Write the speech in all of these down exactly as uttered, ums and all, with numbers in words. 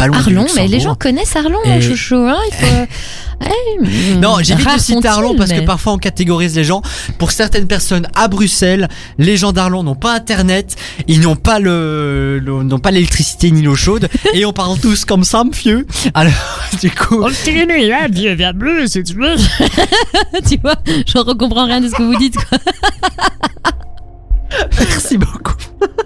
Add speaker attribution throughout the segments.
Speaker 1: pas loin
Speaker 2: Arlon,
Speaker 1: du Luxembourg.
Speaker 2: mais les gens connaissent Arlon,
Speaker 1: Et...
Speaker 2: hein, chouchou, hein, il faut... Hey,
Speaker 1: non, j'évite de citer Arlon parce
Speaker 2: mais...
Speaker 1: que parfois on catégorise les gens. Pour certaines personnes à Bruxelles, les gens d'Arlon n'ont pas internet, ils n'ont pas le, le n'ont pas l'électricité ni l'eau chaude et on parle tous comme ça, monsieur. Alors, du coup,
Speaker 2: on le nuit, hein, vieux vert bleu, si tu veux. Tu vois, je ne comprends rien de ce que vous dites, quoi.
Speaker 1: Merci beaucoup.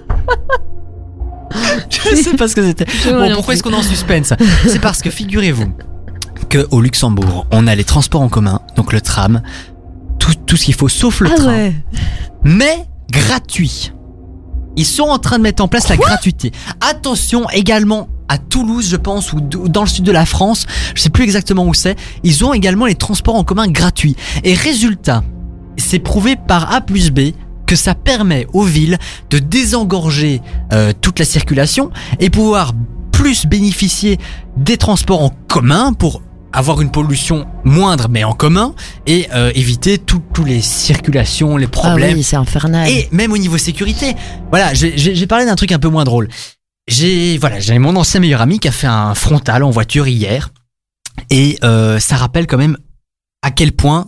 Speaker 1: Je sais pas ce que c'était. Bon, pourquoi est-ce qu'on est en suspense ? C'est parce que figurez-vous qu'au Luxembourg, on a les transports en commun, donc le tram, tout, tout ce qu'il faut sauf le
Speaker 2: ah
Speaker 1: train,
Speaker 2: ouais.
Speaker 1: mais gratuit. Ils sont en train de mettre en place Quoi la gratuité. Attention également à Toulouse, je pense, ou dans le sud de la France, je sais plus exactement où c'est, ils ont également les transports en commun gratuits. Et résultat, c'est prouvé par A plus B que ça permet aux villes de désengorger euh, toute la circulation et pouvoir plus bénéficier des transports en commun pour avoir une pollution moindre mais en commun et euh, éviter toutes les circulations, les problèmes.
Speaker 2: Ah oui, c'est infernal.
Speaker 1: Et même au niveau sécurité. Voilà, j'ai, j'ai, j'ai parlé d'un truc un peu moins drôle. J'ai voilà, j'ai mon ancien meilleur ami qui a fait un frontal en voiture hier et euh, ça rappelle quand même à quel point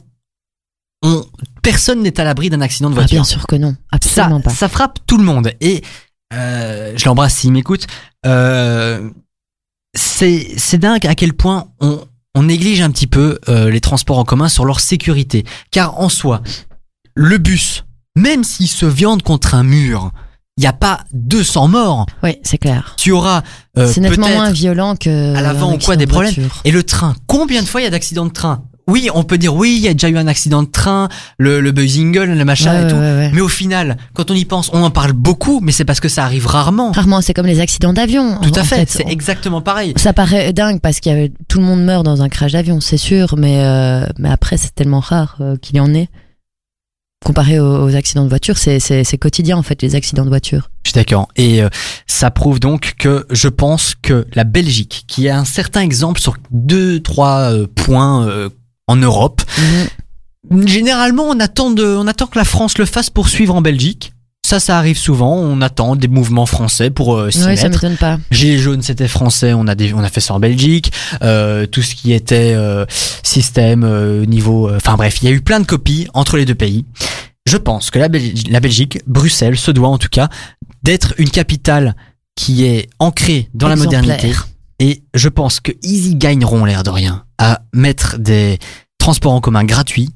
Speaker 1: on, personne n'est à l'abri d'un accident de voiture.
Speaker 2: Ah bien sûr que non, absolument
Speaker 1: ça,
Speaker 2: pas.
Speaker 1: Ça frappe tout le monde et euh, je l'embrasse s'il m'écoute. Euh, c'est c'est dingue à quel point on on néglige un petit peu euh, les transports en commun sur leur sécurité. Car en soi, le bus, même s'il se viande contre un mur, il n'y a pas deux cents morts.
Speaker 2: Oui, c'est clair.
Speaker 1: Tu auras euh,
Speaker 2: c'est nettement
Speaker 1: peut-être
Speaker 2: moins violent que
Speaker 1: à l'avant ou quoi des problèmes.
Speaker 2: Voiture.
Speaker 1: Et le train, combien de fois il y a d'accidents de train ? Oui, on peut dire oui, il y a déjà eu un accident de train, le, le Buzzingen, le machin
Speaker 2: ouais,
Speaker 1: et tout.
Speaker 2: Ouais, ouais.
Speaker 1: Mais au final, quand on y pense, on en parle beaucoup, mais c'est parce que ça arrive rarement.
Speaker 2: Rarement, c'est comme les accidents d'avion.
Speaker 1: Tout à
Speaker 2: en
Speaker 1: fait,
Speaker 2: fait,
Speaker 1: c'est
Speaker 2: on...
Speaker 1: exactement pareil.
Speaker 2: Ça paraît dingue parce qu'il y a, tout le monde meurt dans un crash d'avion, c'est sûr, mais, euh, mais après, c'est tellement rare euh, qu'il y en ait. Comparé aux, aux accidents de voiture, c'est, c'est, c'est quotidien en fait, les accidents de voiture.
Speaker 1: Je suis d'accord. Et euh, ça prouve donc que je pense que la Belgique, qui a un certain exemple sur deux, trois euh, points euh, en Europe, mmh. généralement on attend, de, on attend que la France le fasse pour suivre en Belgique. Ça, ça arrive souvent. On attend des mouvements français pour euh, s'y
Speaker 2: ouais,
Speaker 1: mettre.
Speaker 2: Ça m'étonne pas.
Speaker 1: Gilets jaunes, c'était français. On a des, on a fait ça en Belgique. Euh, tout ce qui était euh, système, euh, niveau, enfin euh, bref, il y a eu plein de copies entre les deux pays. Je pense que la, Belgique, la Belgique, Bruxelles, se doit en tout cas d'être une capitale qui est ancrée dans exemplaire. La modernité. Et je pense qu'ils y gagneront, l'air de rien, à mettre des transports en commun gratuits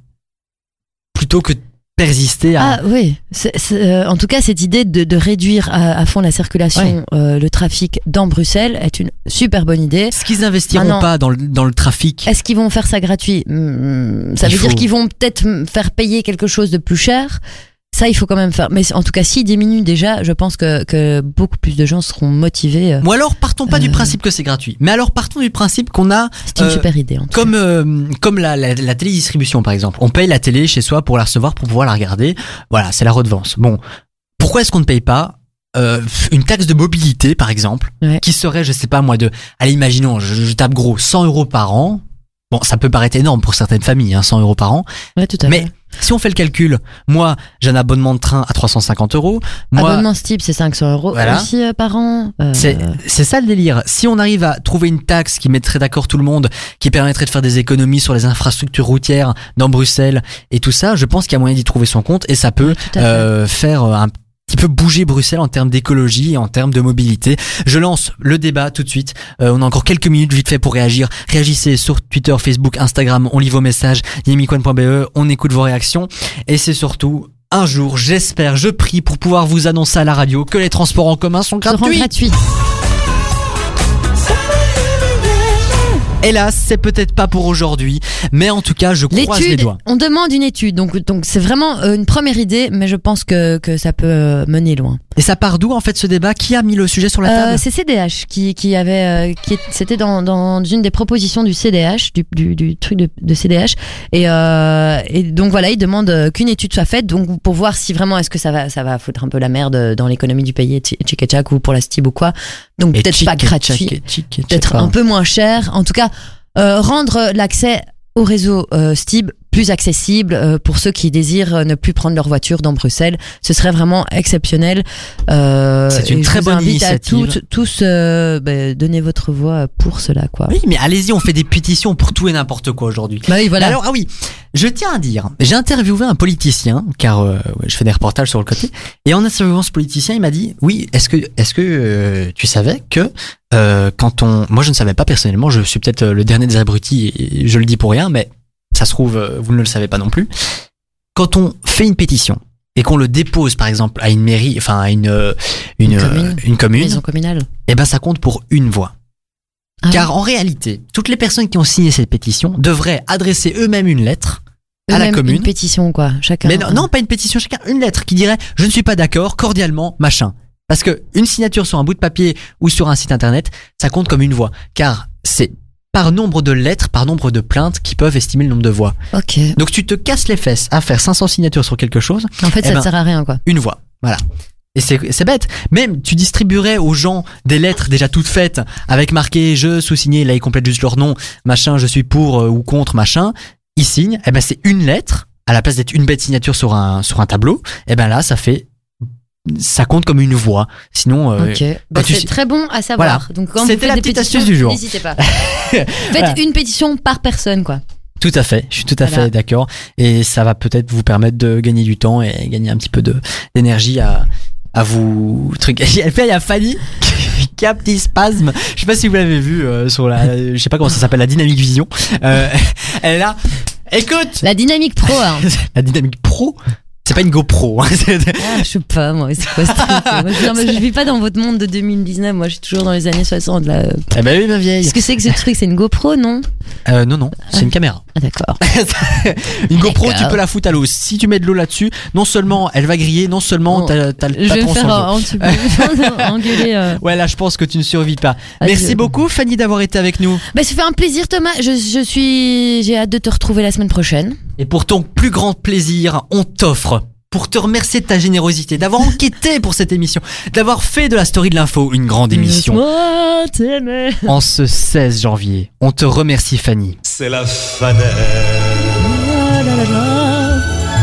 Speaker 1: plutôt que persister à...
Speaker 2: Ah oui, c'est, c'est, euh, en tout cas cette idée de, de réduire à, à fond la circulation, ouais. euh, le trafic dans Bruxelles est une super bonne idée.
Speaker 1: Est-ce qu'ils investiront
Speaker 2: Maintenant,
Speaker 1: pas dans le, dans le trafic ?
Speaker 2: Est-ce qu'ils vont faire ça gratuit ? mmh, Ça il veut faut... dire qu'ils vont peut-être faire payer quelque chose de plus cher. Ça, il faut quand même faire. Mais en tout cas, s'ils diminuent déjà, je pense que, que beaucoup plus de gens seront motivés.
Speaker 1: Ou alors, partons pas euh... du principe que c'est gratuit. Mais alors, partons du principe qu'on a...
Speaker 2: C'est une euh, super idée, en tout
Speaker 1: comme,
Speaker 2: cas.
Speaker 1: Euh, comme la, la, la télédistribution, par exemple. On paye la télé chez soi pour la recevoir, pour pouvoir la regarder. Voilà, c'est la redevance. Bon, pourquoi est-ce qu'on ne paye pas euh, une taxe de mobilité, par exemple, ouais. qui serait, je sais pas moi, de... Allez, imaginons, je, je tape gros, cent euros par an. Bon, ça peut paraître énorme pour certaines familles, hein, cent euros par an.
Speaker 2: Ouais, tout à
Speaker 1: mais
Speaker 2: fait.
Speaker 1: Si on fait le calcul, moi, j'ai un abonnement de train à trois cent cinquante euros. Moi,
Speaker 2: abonnement Stib, c'est cinq cents euros voilà. aussi euh, par an. Euh...
Speaker 1: C'est, c'est ça le délire. Si on arrive à trouver une taxe qui mettrait d'accord tout le monde, qui permettrait de faire des économies sur les infrastructures routières dans Bruxelles et tout ça, je pense qu'il y a moyen d'y trouver son compte et ça peut
Speaker 2: ouais,
Speaker 1: euh, faire un petit peu bouger Bruxelles en termes d'écologie et en termes de mobilité. Je lance le débat tout de suite. Euh, on a encore quelques minutes vite fait pour réagir. Réagissez sur Twitter, Facebook, Instagram. On lit vos messages. yemikwan point b e. On écoute vos réactions. Et c'est surtout un jour, j'espère, je prie pour pouvoir vous annoncer à la radio que les transports en commun sont gratuits.
Speaker 2: gratuits.
Speaker 1: Hélas, c'est peut-être pas pour aujourd'hui, mais en tout cas, je croise
Speaker 2: L'étude,
Speaker 1: les doigts.
Speaker 2: On demande une étude, donc donc c'est vraiment une première idée, mais je pense que que ça peut mener loin.
Speaker 1: Et ça part d'où en fait ce débat ? Qui a mis le sujet sur la table ?
Speaker 2: euh, C'est C D H qui qui avait euh, qui c'était dans dans une des propositions du C D H, du du, du truc de, de C D H, et euh, et donc voilà, ils demandent qu'une étude soit faite, donc pour voir si vraiment est-ce que ça va ça va foutre un peu la merde dans l'économie du pays, tchic et tchac, ou pour la Stib ou quoi. Donc
Speaker 1: et
Speaker 2: peut-être pas gratuit, peut-être un peu moins cher. En tout cas, euh, rendre l'accès au réseau euh, Stib plus accessible euh, pour ceux qui désirent euh, ne plus prendre leur voiture dans Bruxelles. Ce serait vraiment exceptionnel. Euh,
Speaker 1: C'est une
Speaker 2: et
Speaker 1: très
Speaker 2: je vous
Speaker 1: bonne
Speaker 2: invite
Speaker 1: initiative.
Speaker 2: à toutes, tous euh, bah, donner votre voix pour cela, quoi.
Speaker 1: Oui, mais allez-y, on fait des pétitions pour tout et n'importe quoi aujourd'hui.
Speaker 2: Bah oui, voilà.
Speaker 1: Alors, ah oui, je tiens à dire, j'ai interviewé un politicien, car euh, ouais, je fais des reportages sur le côté, et en interviewant ce politicien, il m'a dit, oui, est-ce que, est-ce que euh, tu savais que euh, quand on... Moi, je ne savais pas personnellement, je suis peut-être le dernier des abrutis, et je le dis pour rien, mais ça se trouve, euh, vous ne le savez pas non plus. Quand on fait une pétition, et qu'on le dépose, par exemple, à une mairie, enfin, à une, euh, une,
Speaker 2: Une
Speaker 1: euh,
Speaker 2: commune.
Speaker 1: une commune,
Speaker 2: Maison communale.
Speaker 1: eh ben, ça compte pour une voix.
Speaker 2: Ah
Speaker 1: Car en réalité, toutes les personnes qui ont signé cette pétition devraient adresser eux-mêmes une lettre à la
Speaker 2: Eux-mêmes,
Speaker 1: commune.
Speaker 2: Une pétition, quoi. Chacun.
Speaker 1: Mais non, non, pas une pétition, chacun une lettre qui dirait je ne suis pas d'accord, cordialement, machin. Parce que une signature sur un bout de papier ou sur un site internet, ça compte comme une voix. Car c'est par nombre de lettres, par nombre de plaintes qui peuvent estimer le nombre de voix.
Speaker 2: Ok.
Speaker 1: Donc tu te casses les fesses à faire cinq cents signatures sur quelque chose,
Speaker 2: En fait,
Speaker 1: Eh
Speaker 2: ça
Speaker 1: ben,
Speaker 2: ne sert à rien, quoi.
Speaker 1: une voix. Voilà. Et c'est, c'est bête. Même, tu distribuerais aux gens des lettres déjà toutes faites, avec marqué je sous-signé, là ils complètent juste leur nom, machin, je suis pour euh, ou contre, machin. Ils signent, et ben c'est une lettre, à la place d'être une bête signature sur un, sur un tableau, et ben là ça fait, ça compte comme une voix. Sinon, euh,
Speaker 2: Ok. Bah,
Speaker 1: tu
Speaker 2: c'est
Speaker 1: sais-
Speaker 2: très bon à savoir. Donc quand vous
Speaker 1: C'était
Speaker 2: faites
Speaker 1: la
Speaker 2: des
Speaker 1: petite
Speaker 2: pétitions,
Speaker 1: astuce du jour.
Speaker 2: n'hésitez pas. Faites
Speaker 1: Voilà.
Speaker 2: une pétition par personne, quoi.
Speaker 1: Tout à fait, je suis tout à
Speaker 2: Voilà.
Speaker 1: fait d'accord. Et ça va peut-être vous permettre de gagner du temps et gagner un petit peu de, d'énergie à, à vous truc. Il y a Fanny qui a un petit spasme. Je sais pas si vous l'avez vu euh, sur la, je sais pas comment ça s'appelle, la Dynamic Vision. Euh, elle est là. Écoute,
Speaker 2: La dynamique pro, hein.
Speaker 1: la Dynamic Pro. C'est pas une GoPro. Hein. C'est-
Speaker 2: Ah, je sais pas, moi, c'est quoi ce truc moi, je, non, mais je vis pas dans votre monde de deux mille dix-neuf, moi je suis toujours dans les années soixante là.
Speaker 1: Eh ben oui, ma vieille.
Speaker 2: Qu'est-ce que c'est que ce truc? C'est une GoPro, non?
Speaker 1: Euh, non, non, c'est une caméra.
Speaker 2: Ah, d'accord.
Speaker 1: Une GoPro,
Speaker 2: D'accord.
Speaker 1: tu peux la foutre à l'eau. Si tu mets de l'eau là-dessus, non seulement elle va griller, non seulement
Speaker 2: Bon,
Speaker 1: t'as, t'as le
Speaker 2: Je vais me
Speaker 1: patron
Speaker 2: faire
Speaker 1: sur le dos.
Speaker 2: en dessous de- engueuler. euh.
Speaker 1: Ouais, là, je pense que tu ne survis pas.
Speaker 2: Ah,
Speaker 1: Merci
Speaker 2: je-
Speaker 1: beaucoup, Fanny, d'avoir été avec nous.
Speaker 2: Bah, ça fait un plaisir, Thomas. Je, je suis, j'ai hâte de te retrouver la semaine prochaine.
Speaker 1: Et pour ton plus grand plaisir, on t'offre, pour te remercier de ta générosité, d'avoir enquêté pour cette émission, d'avoir fait de la story de l'info une grande émission.
Speaker 2: Laisse-moi t'aimer.
Speaker 1: En ce seize janvier, on te remercie, Fanny.
Speaker 3: C'est la fanette.
Speaker 2: La, la, la, la.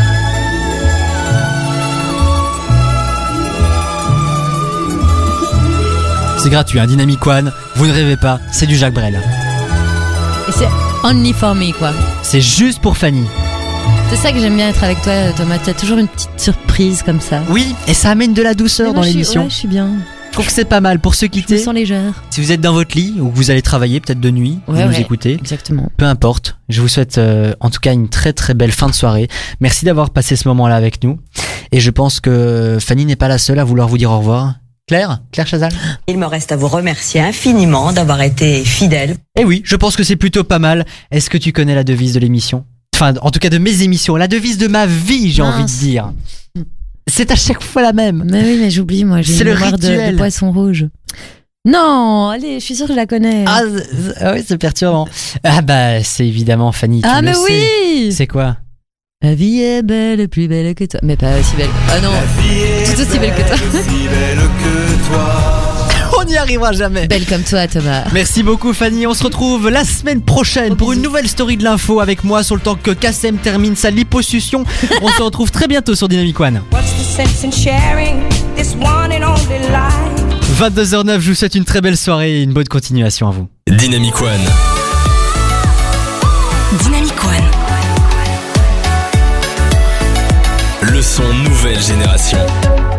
Speaker 1: C'est gratuit, un Dynamic One. Vous ne rêvez pas, c'est du Jacques Brel.
Speaker 2: Et c'est only for me, quoi.
Speaker 1: C'est juste pour Fanny.
Speaker 2: C'est ça que j'aime bien être avec toi, Thomas. T'as toujours une petite surprise comme ça.
Speaker 1: Oui, et ça amène de la douceur
Speaker 2: Mais
Speaker 1: dans
Speaker 2: moi, je suis-
Speaker 1: l'émission.
Speaker 2: Ouais, je suis bien.
Speaker 1: Je trouve que c'est pas mal pour se
Speaker 2: Je me
Speaker 1: quitter.
Speaker 2: sens légère.
Speaker 1: Si vous êtes dans votre lit ou que vous allez travailler peut-être de nuit,
Speaker 2: Ouais,
Speaker 1: vous nous
Speaker 2: ouais.
Speaker 1: écoutez.
Speaker 2: Exactement.
Speaker 1: Peu importe, je vous souhaite euh, en tout cas une très très belle fin de soirée. Merci d'avoir passé ce moment-là avec nous. Et je pense que Fanny n'est pas la seule à vouloir vous dire au revoir. Claire Claire Chazal.
Speaker 4: Il me reste à vous remercier infiniment d'avoir été fidèle.
Speaker 1: Eh oui, je pense que c'est plutôt pas mal. Est-ce que tu connais la devise de l'émission ? Enfin, en tout cas de mes émissions. La devise de ma vie, j'ai
Speaker 2: Mince.
Speaker 1: envie de dire. C'est à chaque fois la même.
Speaker 2: Mais oui, mais j'oublie, moi. J'ai
Speaker 1: C'est
Speaker 2: une
Speaker 1: le
Speaker 2: mémoire de,
Speaker 1: rituel.
Speaker 2: de poisson rouge. Non, allez, je suis sûre que je la connais.
Speaker 1: Ah, c'est- ah oui, c'est perturbant. Ah bah, c'est évidemment Fanny. tu
Speaker 2: Ah,
Speaker 1: le
Speaker 2: mais
Speaker 1: sais.
Speaker 2: oui.
Speaker 1: C'est quoi ?
Speaker 2: La vie est belle, plus belle que toi. Mais pas aussi belle. Ah non, tout aussi belle que toi.
Speaker 3: Aussi belle que toi.
Speaker 1: On n'y arrivera jamais.
Speaker 2: Belle comme toi, Thomas.
Speaker 1: Merci beaucoup Fanny, on se retrouve la semaine prochaine
Speaker 2: Gros
Speaker 1: pour une
Speaker 2: bisous.
Speaker 1: nouvelle story de l'info avec moi sur le temps que Kassem termine sa liposuction. On se retrouve très bientôt sur Dynamic One.
Speaker 5: What's the sense in sharing this one and only life?
Speaker 1: vingt-deux heures neuf, je vous souhaite une très belle soirée et une bonne continuation à vous.
Speaker 3: Dynamic One.
Speaker 5: Dynamic One.
Speaker 3: Le son nouvelle génération.